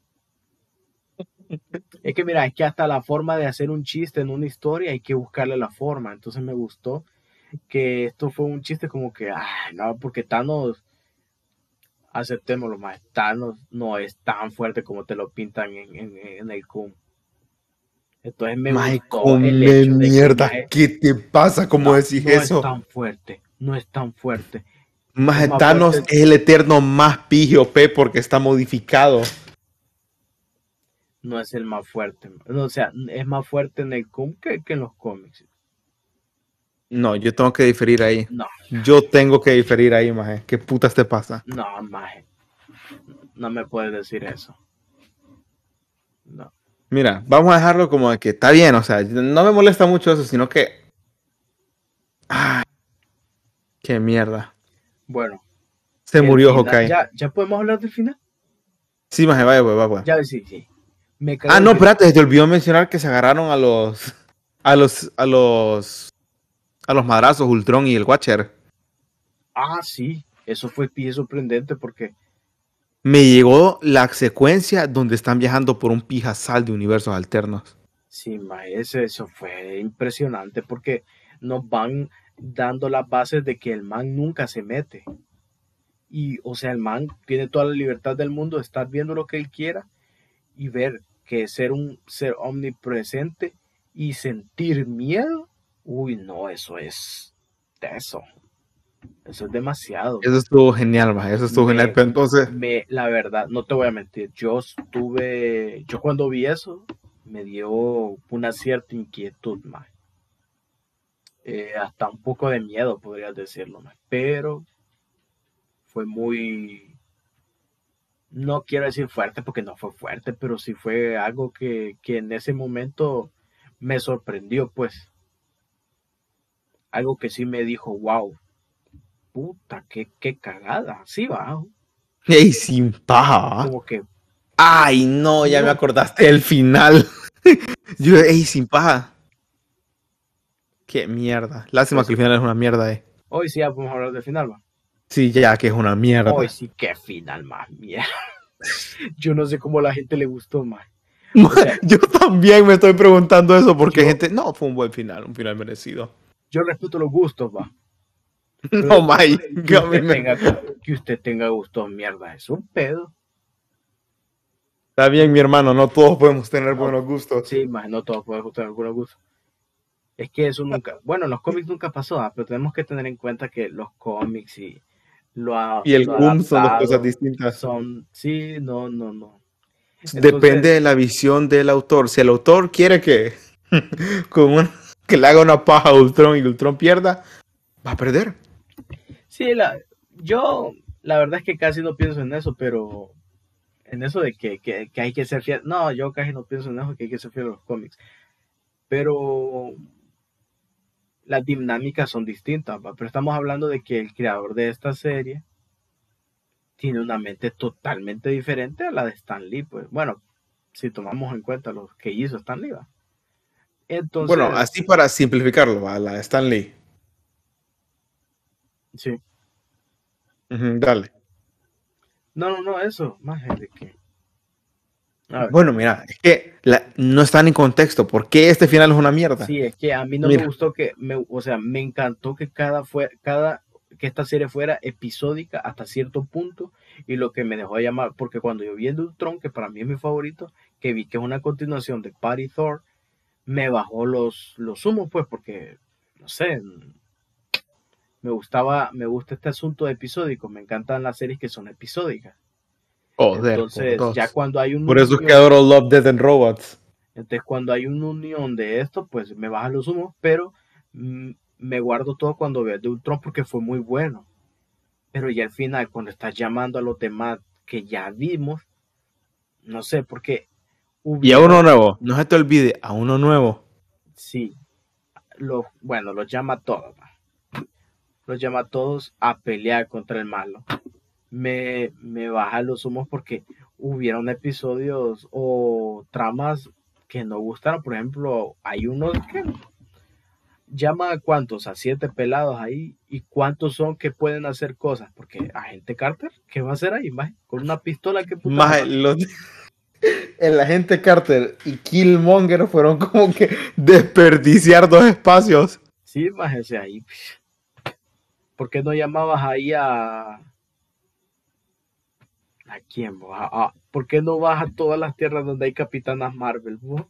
Speaker 2: Es que mira, es que hasta la forma de hacer un chiste en una historia hay que buscarle la forma. Entonces me gustó que esto fue un chiste como que, ay, no, porque Thanos, aceptémoslo más, Thanos no es tan fuerte como te lo pintan en, en, en el Kun. Entonces me
Speaker 3: Maje,
Speaker 2: gustó
Speaker 3: come
Speaker 2: el hecho de que,
Speaker 3: mierda,
Speaker 2: maje,
Speaker 3: ¿qué te pasa? ¿Cómo
Speaker 2: no,
Speaker 3: decís
Speaker 2: no
Speaker 3: eso?
Speaker 2: es tan fuerte, no es tan fuerte.
Speaker 3: Maje,
Speaker 2: es más
Speaker 3: Thanos
Speaker 2: fuerte.
Speaker 3: es el eterno más pije O P porque está modificado.
Speaker 2: No es el más fuerte. O sea, es más fuerte en el Kun que, que en los cómics.
Speaker 3: No, yo tengo que diferir ahí.
Speaker 2: No,
Speaker 3: Yo tengo que diferir ahí, maje. ¿Qué putas te pasa?
Speaker 2: no, maje. No me puedes decir eso. No.
Speaker 3: Mira, vamos a dejarlo como de que está bien, o sea, no me molesta mucho eso, sino que... ¡Ay! ¡Qué mierda!
Speaker 2: Bueno.
Speaker 3: Se murió
Speaker 2: final,
Speaker 3: Hawkeye.
Speaker 2: ¿ya, ¿Ya podemos hablar del final?
Speaker 3: Sí, maje, vaya, pues, vaya, pues.
Speaker 2: Ya, sí, sí. Me
Speaker 3: Ah, no, espérate, se te olvidó mencionar que se agarraron a los... A los... A los... A los madrazos, Ultron y el Watcher.
Speaker 2: Ah, sí. Eso fue pie sorprendente porque...
Speaker 3: Me llegó la secuencia donde están viajando por un pijazal de universos alternos.
Speaker 2: Sí, maese, eso fue impresionante porque nos van dando las bases de que el man nunca se mete. Y, o sea, el man tiene toda la libertad del mundo de estar viendo lo que él quiera y ver que ser un ser omnipresente y sentir miedo, uy, no, eso es eso. Eso es demasiado.
Speaker 3: Eso estuvo genial, ma, eso estuvo
Speaker 2: Me,
Speaker 3: genial, pero entonces,
Speaker 2: me, la verdad, no te voy a mentir, yo estuve, yo cuando vi eso, me dio una cierta inquietud, más. Eh, hasta un poco de miedo, podrías decirlo, más. Pero fue muy, no quiero decir fuerte porque no fue fuerte, pero sí fue algo que, que en ese momento me sorprendió, pues. Algo que sí me dijo, wow, puta, qué, qué cagada, sí va.
Speaker 3: ey, sin paja.
Speaker 2: Como que,
Speaker 3: Ay, no, ya me
Speaker 2: no,
Speaker 3: acordaste del final. Yo,
Speaker 2: sí,
Speaker 3: ey, sin paja. Qué mierda. Lástima que
Speaker 2: pues
Speaker 3: el final es una mierda, eh.
Speaker 2: hoy sí ya podemos hablar del final, va.
Speaker 3: Sí, ya que es una
Speaker 2: Hoy
Speaker 3: mierda.
Speaker 2: sí, qué final más mierda. Yo no sé cómo a la gente le gustó más. O sea,
Speaker 3: Yo también me estoy preguntando eso porque
Speaker 2: yo,
Speaker 3: gente, no, fue un buen final, un final merecido.
Speaker 2: yo respeto los gustos, va.
Speaker 3: No,
Speaker 2: Pero
Speaker 3: Mike,
Speaker 2: que
Speaker 3: que a mí
Speaker 2: usted
Speaker 3: me...
Speaker 2: tenga, que usted tenga gustos mierda, es un pedo.
Speaker 3: Está bien, mi hermano, no todos podemos tener
Speaker 2: No,
Speaker 3: buenos gustos.
Speaker 2: sí, más no todos pueden gustar algunos gustos. Es que eso nunca, bueno, en los cómics nunca pasó, ¿ah? Pero tenemos que tener en cuenta que los cómics y lo, a-
Speaker 3: Y el
Speaker 2: lo
Speaker 3: C U M son dos cosas
Speaker 2: adaptado
Speaker 3: distintas.
Speaker 2: son, sí, no, no, no.
Speaker 3: Depende
Speaker 2: Entonces,
Speaker 3: de la visión del autor. Si el autor quiere que, con un- que le haga una paja a Ultron y Ultron pierda, va a perder.
Speaker 2: sí, la, yo la verdad es que casi no pienso en eso, pero en eso de que, que, que hay que ser fiel. No, yo casi no pienso en eso, que hay que ser fiel a los cómics. Pero las dinámicas son distintas, ¿va? Pero estamos hablando de que el creador de esta serie tiene una mente totalmente diferente a la de Stan Lee, pues. Bueno, si tomamos en cuenta lo que hizo Stan Lee, ¿va?
Speaker 3: Bueno,
Speaker 2: Entonces,
Speaker 3: así para simplificarlo, a la Stan Lee.
Speaker 2: sí.
Speaker 3: Ujú, dale.
Speaker 2: No, no, no, eso, más de que. A ver.
Speaker 3: Bueno, mira, es que la- no están en contexto. ¿Por qué este final es una mierda?
Speaker 2: Sí, es que a mí no me
Speaker 3: Mira,
Speaker 2: gustó que, me, o sea, me encantó que cada fue, cada, que esta serie fuera episódica hasta cierto punto y lo que me dejó de llamar, porque cuando yo vi el de Ultron, que para mí es mi favorito, que vi que es una continuación de Party Thor, me bajó los, los humos, pues, porque, no sé, me gustaba, me gusta este asunto episódico, me encantan las series que son episódicas.
Speaker 3: joder, por
Speaker 2: Entonces, ya
Speaker 3: dos.
Speaker 2: cuando hay una
Speaker 3: Por eso es que
Speaker 2: unión,
Speaker 3: adoro Love, Death and Robots.
Speaker 2: entonces cuando hay una unión de esto, pues me baja los humos, pero mm, me guardo todo cuando veo el de Ultron porque fue muy bueno. Pero ya al final, cuando estás llamando a los demás que ya vimos, no sé, porque
Speaker 3: Y a uno
Speaker 2: hubieron,
Speaker 3: nuevo, no se te olvide, a uno nuevo.
Speaker 2: sí, los, bueno, los llama a todos, va. Los llama a todos a pelear contra el malo. Me, me baja los humos porque hubieron episodios o tramas que no gustaron. Por ejemplo, hay unos que llama a cuántos, a siete pelados ahí, y cuántos son que pueden hacer cosas, porque agente Carter, ¿qué va a hacer ahí, maje? Con una pistola, ¿qué puta
Speaker 3: Más los, el agente Carter y Killmonger fueron como que desperdiciar dos espacios.
Speaker 2: Sí, maje, o sea, ahí, psh, ¿por qué no llamabas ahí a a quién, bo? A- a- ¿por qué no vas a todas las tierras donde hay capitanas Marvel, bo?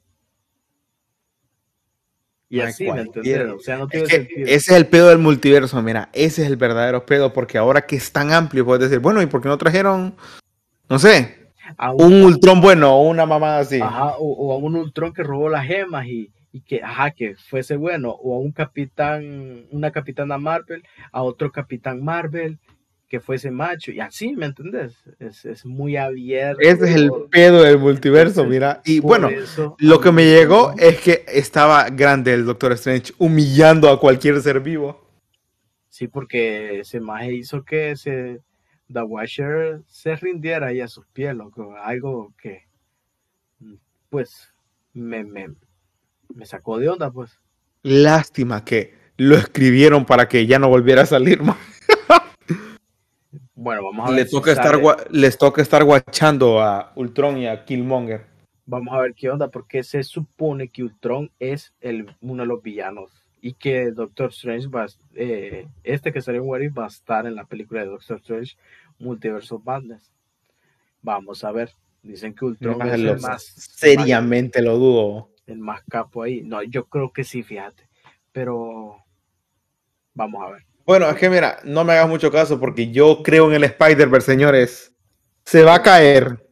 Speaker 2: Y
Speaker 3: Mae,
Speaker 2: así, ¿me
Speaker 3: cualquiera.
Speaker 2: entendés? O sea, no
Speaker 3: Es
Speaker 2: tiene
Speaker 3: que
Speaker 2: sentido.
Speaker 3: ese es el pedo del multiverso, mira, ese es el verdadero pedo, porque ahora que es tan amplio, puedes decir, bueno, ¿y por qué no trajeron, no sé,
Speaker 2: A un,
Speaker 3: un Ultron bueno o una mamada así?
Speaker 2: ajá, o, o a un Ultron que robó las gemas y, y que, ajá, que fuese bueno, o a un capitán, una capitana Marvel, a otro capitán Marvel, que fuese macho, y así, ¿me entendés? Es, es muy abierto
Speaker 3: Ese es el
Speaker 2: todo.
Speaker 3: pedo del multiverso,
Speaker 2: Entonces,
Speaker 3: mira. Y
Speaker 2: por
Speaker 3: bueno,
Speaker 2: eso, a
Speaker 3: lo que
Speaker 2: mí
Speaker 3: me
Speaker 2: me
Speaker 3: llegó
Speaker 2: cagó.
Speaker 3: es que estaba grande el Doctor Strange humillando a cualquier ser vivo.
Speaker 2: Sí, porque ese maje hizo que ese The Watcher se rindiera ahí a sus pies, loco. Algo que, pues, me, me, me sacó de onda, pues.
Speaker 3: Lástima que lo escribieron para que ya no volviera a salir más.
Speaker 2: Bueno, vamos a
Speaker 3: Le
Speaker 2: ver si
Speaker 3: toca estar,
Speaker 2: sale,
Speaker 3: gua- les toca estar guachando a Ultron y a Killmonger.
Speaker 2: vamos a ver qué onda, porque se supone que Ultron es el, uno de los villanos y que Doctor Strange va, eh, este que salió en What If va a estar en la película de Doctor Strange Multiverse of Madness. Vamos a ver. Dicen que Ultron
Speaker 3: Más
Speaker 2: es
Speaker 3: lo-
Speaker 2: el más, más
Speaker 3: seriamente lo dudo.
Speaker 2: el más capo ahí. No, yo creo que sí, fíjate. Pero vamos a ver.
Speaker 3: Bueno, es que mira, no me hagas mucho caso porque yo creo en el Spider-Verse, señores. Se va a caer.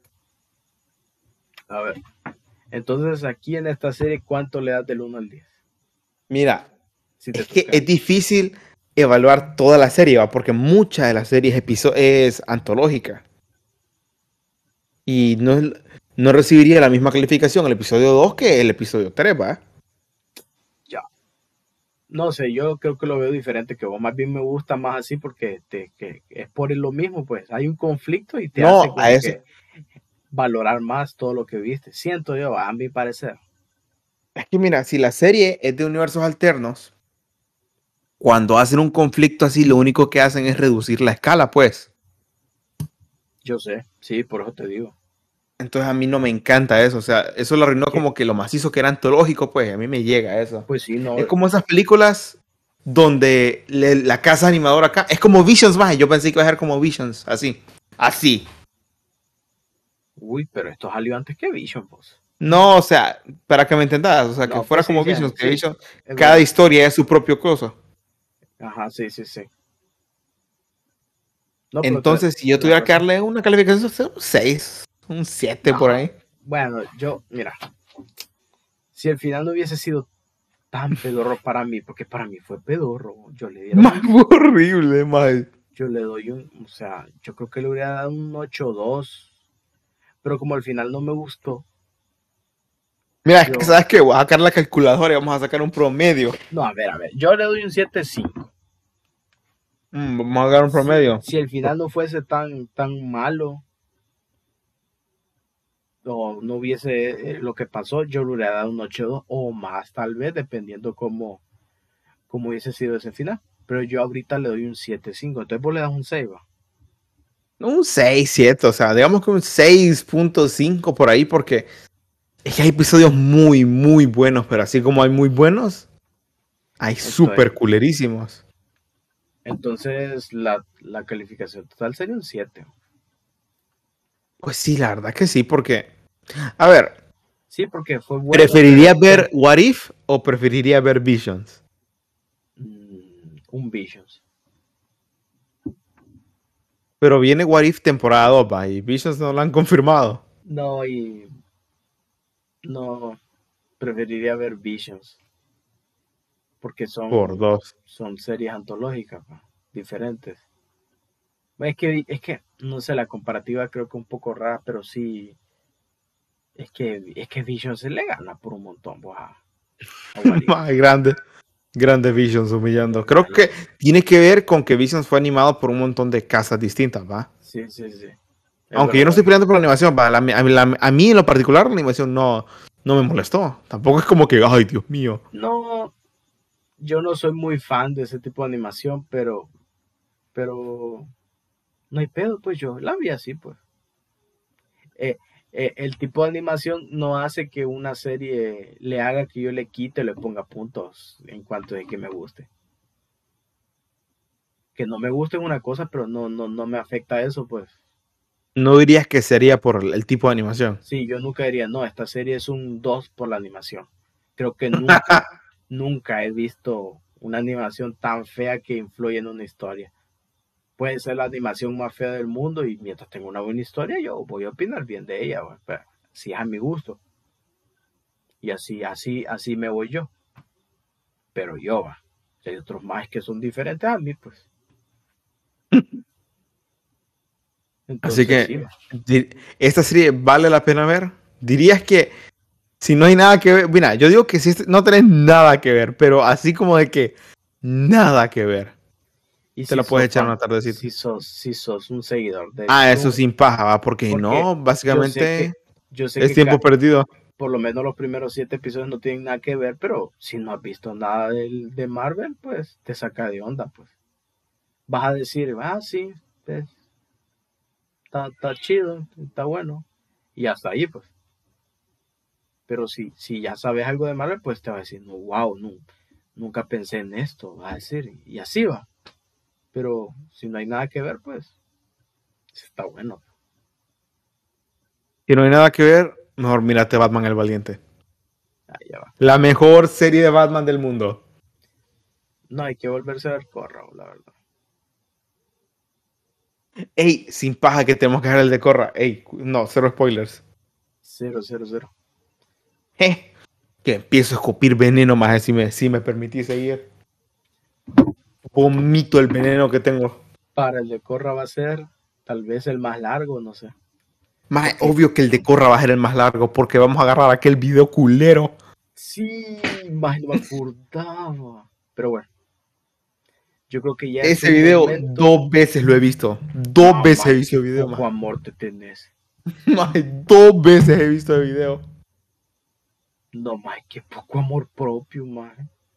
Speaker 2: A ver, entonces aquí en esta serie, ¿cuánto le das del uno al diez?
Speaker 3: Mira,
Speaker 2: Si te
Speaker 3: es que
Speaker 2: toca.
Speaker 3: es difícil evaluar toda la serie, ¿va? Porque mucha de la serie es, episo- es antológica. Y no, es- no recibiría la misma calificación el episodio dos que el episodio tres, ¿va?
Speaker 2: Ya. No sé, yo creo que lo veo diferente que vos. Más bien me gusta más así porque te, que es por lo mismo, pues. Hay un conflicto y te hace
Speaker 3: No, a
Speaker 2: como
Speaker 3: eso.
Speaker 2: que valorar más todo lo que viste. Siento yo, a mi parecer.
Speaker 3: Es que mira, si la serie es de universos alternos, cuando hacen un conflicto así, lo único que hacen es reducir la escala, pues.
Speaker 2: Yo sé, sí, por eso te digo.
Speaker 3: Entonces a mí no me encanta eso, o sea, eso lo arruinó
Speaker 2: Que,
Speaker 3: como que lo macizo que era antológico, pues a mí me llega eso.
Speaker 2: pues sí, no.
Speaker 3: Es como esas películas donde le- la casa animadora acá, es como Visions más, yo pensé que iba a ser como Visions, así, así.
Speaker 2: Uy, pero esto salió antes que Vision, pues.
Speaker 3: No, o sea, para que me entendas, o sea, que
Speaker 2: No,
Speaker 3: fuera
Speaker 2: pues sí,
Speaker 3: como
Speaker 2: sí,
Speaker 3: Visions, que
Speaker 2: sí,
Speaker 3: Visions,
Speaker 2: es
Speaker 3: cada
Speaker 2: verdad.
Speaker 3: historia es su propio cosa.
Speaker 2: Ajá, sí, sí, sí. No, pero te,
Speaker 3: Entonces, si yo
Speaker 2: tenés
Speaker 3: tuviera que
Speaker 2: razón.
Speaker 3: darle una calificación, un seis, un siete por
Speaker 2: No,
Speaker 3: ahí.
Speaker 2: bueno, yo, mira, si el final no hubiese sido tan pedorro para mí, porque para mí fue pedorro, yo le dieron
Speaker 3: Más
Speaker 2: un,
Speaker 3: horrible, más.
Speaker 2: yo le doy un, o sea, yo creo que le hubiera dado un ocho dos, pero como al final no me gustó,
Speaker 3: Mira, es que
Speaker 2: yo,
Speaker 3: sabes que voy a sacar la calculadora y vamos a sacar un promedio.
Speaker 2: no, a ver, a ver, yo le doy un siete cinco.
Speaker 3: Mm, vamos a sacar un
Speaker 2: Si,
Speaker 3: promedio.
Speaker 2: si el final no fuese tan, tan malo, o no hubiese eh, lo que pasó, yo le hubiera dado un ocho dos o más, tal vez, dependiendo cómo, cómo hubiese sido ese final. Pero yo ahorita le doy un siete cinco, entonces vos le das un seis, ¿va?
Speaker 3: Un seis siete, o sea, digamos que un seis punto cinco por ahí, porque es que hay episodios muy, muy buenos, pero así como hay muy buenos, hay
Speaker 2: Entonces,
Speaker 3: súper culerísimos.
Speaker 2: entonces la, la calificación total sería un siete.
Speaker 3: Pues sí, la verdad que sí, porque, a ver,
Speaker 2: Sí, porque fue bueno,
Speaker 3: ¿preferiría
Speaker 2: pero
Speaker 3: ver What If o preferiría ver Visions?
Speaker 2: mm, un Visions.
Speaker 3: Pero viene What If temporada dos, va, y Visions no lo han confirmado.
Speaker 2: No, y no preferiría ver Visions, porque
Speaker 3: Por
Speaker 2: son,
Speaker 3: dos.
Speaker 2: son series antológicas, pa, diferentes. Es que, es que, no sé, la comparativa creo que un poco rara, pero sí, es que, es que Visions se le gana por un montón, pues, a, a What If.
Speaker 3: Más grande. Grande Visions humillando.
Speaker 2: La,
Speaker 3: Creo
Speaker 2: la,
Speaker 3: que tiene que ver con que Visions fue animado por un montón de casas distintas, ¿va?
Speaker 2: sí, sí, sí, es
Speaker 3: Aunque yo no
Speaker 2: verdad.
Speaker 3: estoy peleando por la animación, ¿va? La- a, la- a mí en lo particular la animación no, no me molestó. Tampoco es como que, ay, Dios mío.
Speaker 2: No, yo no soy muy fan de ese tipo de animación, pero, pero no hay pedo, pues yo la vi así, pues. Eh, eh, el tipo de animación no hace que una serie le haga que yo le quite o le ponga puntos en cuanto de que me guste. Que no me guste es una cosa, pero no, no, no me afecta eso, pues.
Speaker 3: No dirías que sería por el, el tipo de animación.
Speaker 2: Sí, yo nunca diría, no, esta serie es un dos por la animación. Creo que nunca, nunca he visto una animación tan fea que influye en una historia. Puede ser la animación más fea del mundo y mientras tenga una buena historia yo voy a opinar bien de ella, pues, pero si es a mi gusto. Y así, así, así me voy yo. Pero yo, va. Si hay otros más que son diferentes a mí, pues.
Speaker 3: Así
Speaker 2: Entonces sí,
Speaker 3: que,
Speaker 2: va.
Speaker 3: di- ¿esta serie vale la pena ver? Dirías que si no hay nada que ver, mira, yo digo que si este- no tenés nada que ver, pero así como de que nada que ver,
Speaker 2: Y
Speaker 3: te
Speaker 2: si
Speaker 3: la puedes
Speaker 2: sos
Speaker 3: echar
Speaker 2: fan,
Speaker 3: una tardecita.
Speaker 2: si sos, si sos un seguidor de
Speaker 3: Ah, eso
Speaker 2: Vision,
Speaker 3: sin paja, va, porque
Speaker 2: porque
Speaker 3: no,
Speaker 2: yo sé que,
Speaker 3: básicamente
Speaker 2: yo sé
Speaker 3: es
Speaker 2: que
Speaker 3: tiempo
Speaker 2: ca-
Speaker 3: perdido.
Speaker 2: por lo menos los primeros siete episodios no tienen nada que ver, pero si no has visto nada del, de Marvel, pues te saca de onda, pues. Vas a decir, ah, sí, pues, está, está chido, está bueno. Y hasta ahí, pues. Pero si, si ya sabes algo de Marvel, pues te va a decir, no, wow, no, nunca pensé en esto, va a decir, y así va. Pero si no hay nada que ver, pues está bueno.
Speaker 3: Si no hay nada que ver, mejor mírate Batman el Valiente.
Speaker 2: Ahí ya va.
Speaker 3: La mejor serie de Batman del mundo.
Speaker 2: No hay que volverse a ver Corra, la verdad.
Speaker 3: Ey, sin paja que tenemos que dejar el de Corra. Ey, no, cero spoilers.
Speaker 2: Cero, cero, cero.
Speaker 3: Eh, que empiezo a escupir veneno más si me, si me permitís seguir. Vomito el veneno que tengo.
Speaker 2: Para el de Corra va a ser tal vez el más largo, no sé.
Speaker 3: Más
Speaker 2: Porque
Speaker 3: obvio que el de Corra va a ser el más largo porque vamos a agarrar aquel video culero.
Speaker 2: sí, más no me acordaba. Pero bueno, yo creo que ya es
Speaker 3: Ese
Speaker 2: un
Speaker 3: video
Speaker 2: momento.
Speaker 3: dos veces lo he visto. Dos
Speaker 2: No,
Speaker 3: veces he
Speaker 2: más
Speaker 3: visto el
Speaker 2: que
Speaker 3: video,
Speaker 2: poco
Speaker 3: más.
Speaker 2: amor te tenés.
Speaker 3: Dos veces he visto el video.
Speaker 2: No, más que poco amor propio, más.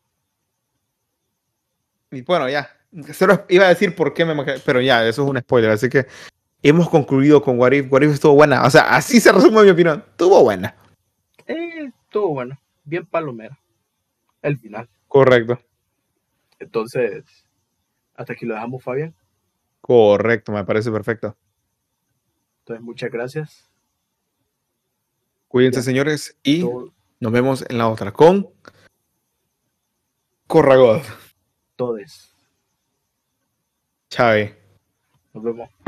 Speaker 3: Y bueno, ya. Solo iba a decir por qué me maquillé, pero ya, eso es un spoiler. Así que hemos concluido con What If. What If estuvo buena. O sea, así se resume mi opinión. Estuvo buena.
Speaker 2: Eh, estuvo bueno. Bien palomera. El final.
Speaker 3: Correcto.
Speaker 2: Entonces, hasta aquí lo dejamos, Fabián.
Speaker 3: Correcto, me parece perfecto.
Speaker 2: Entonces, muchas gracias.
Speaker 3: Cuídense,
Speaker 2: Ya,
Speaker 3: señores, y
Speaker 2: todo,
Speaker 3: nos vemos en la otra con Corragod.
Speaker 2: todes.
Speaker 3: Chao.
Speaker 2: Nos vemos.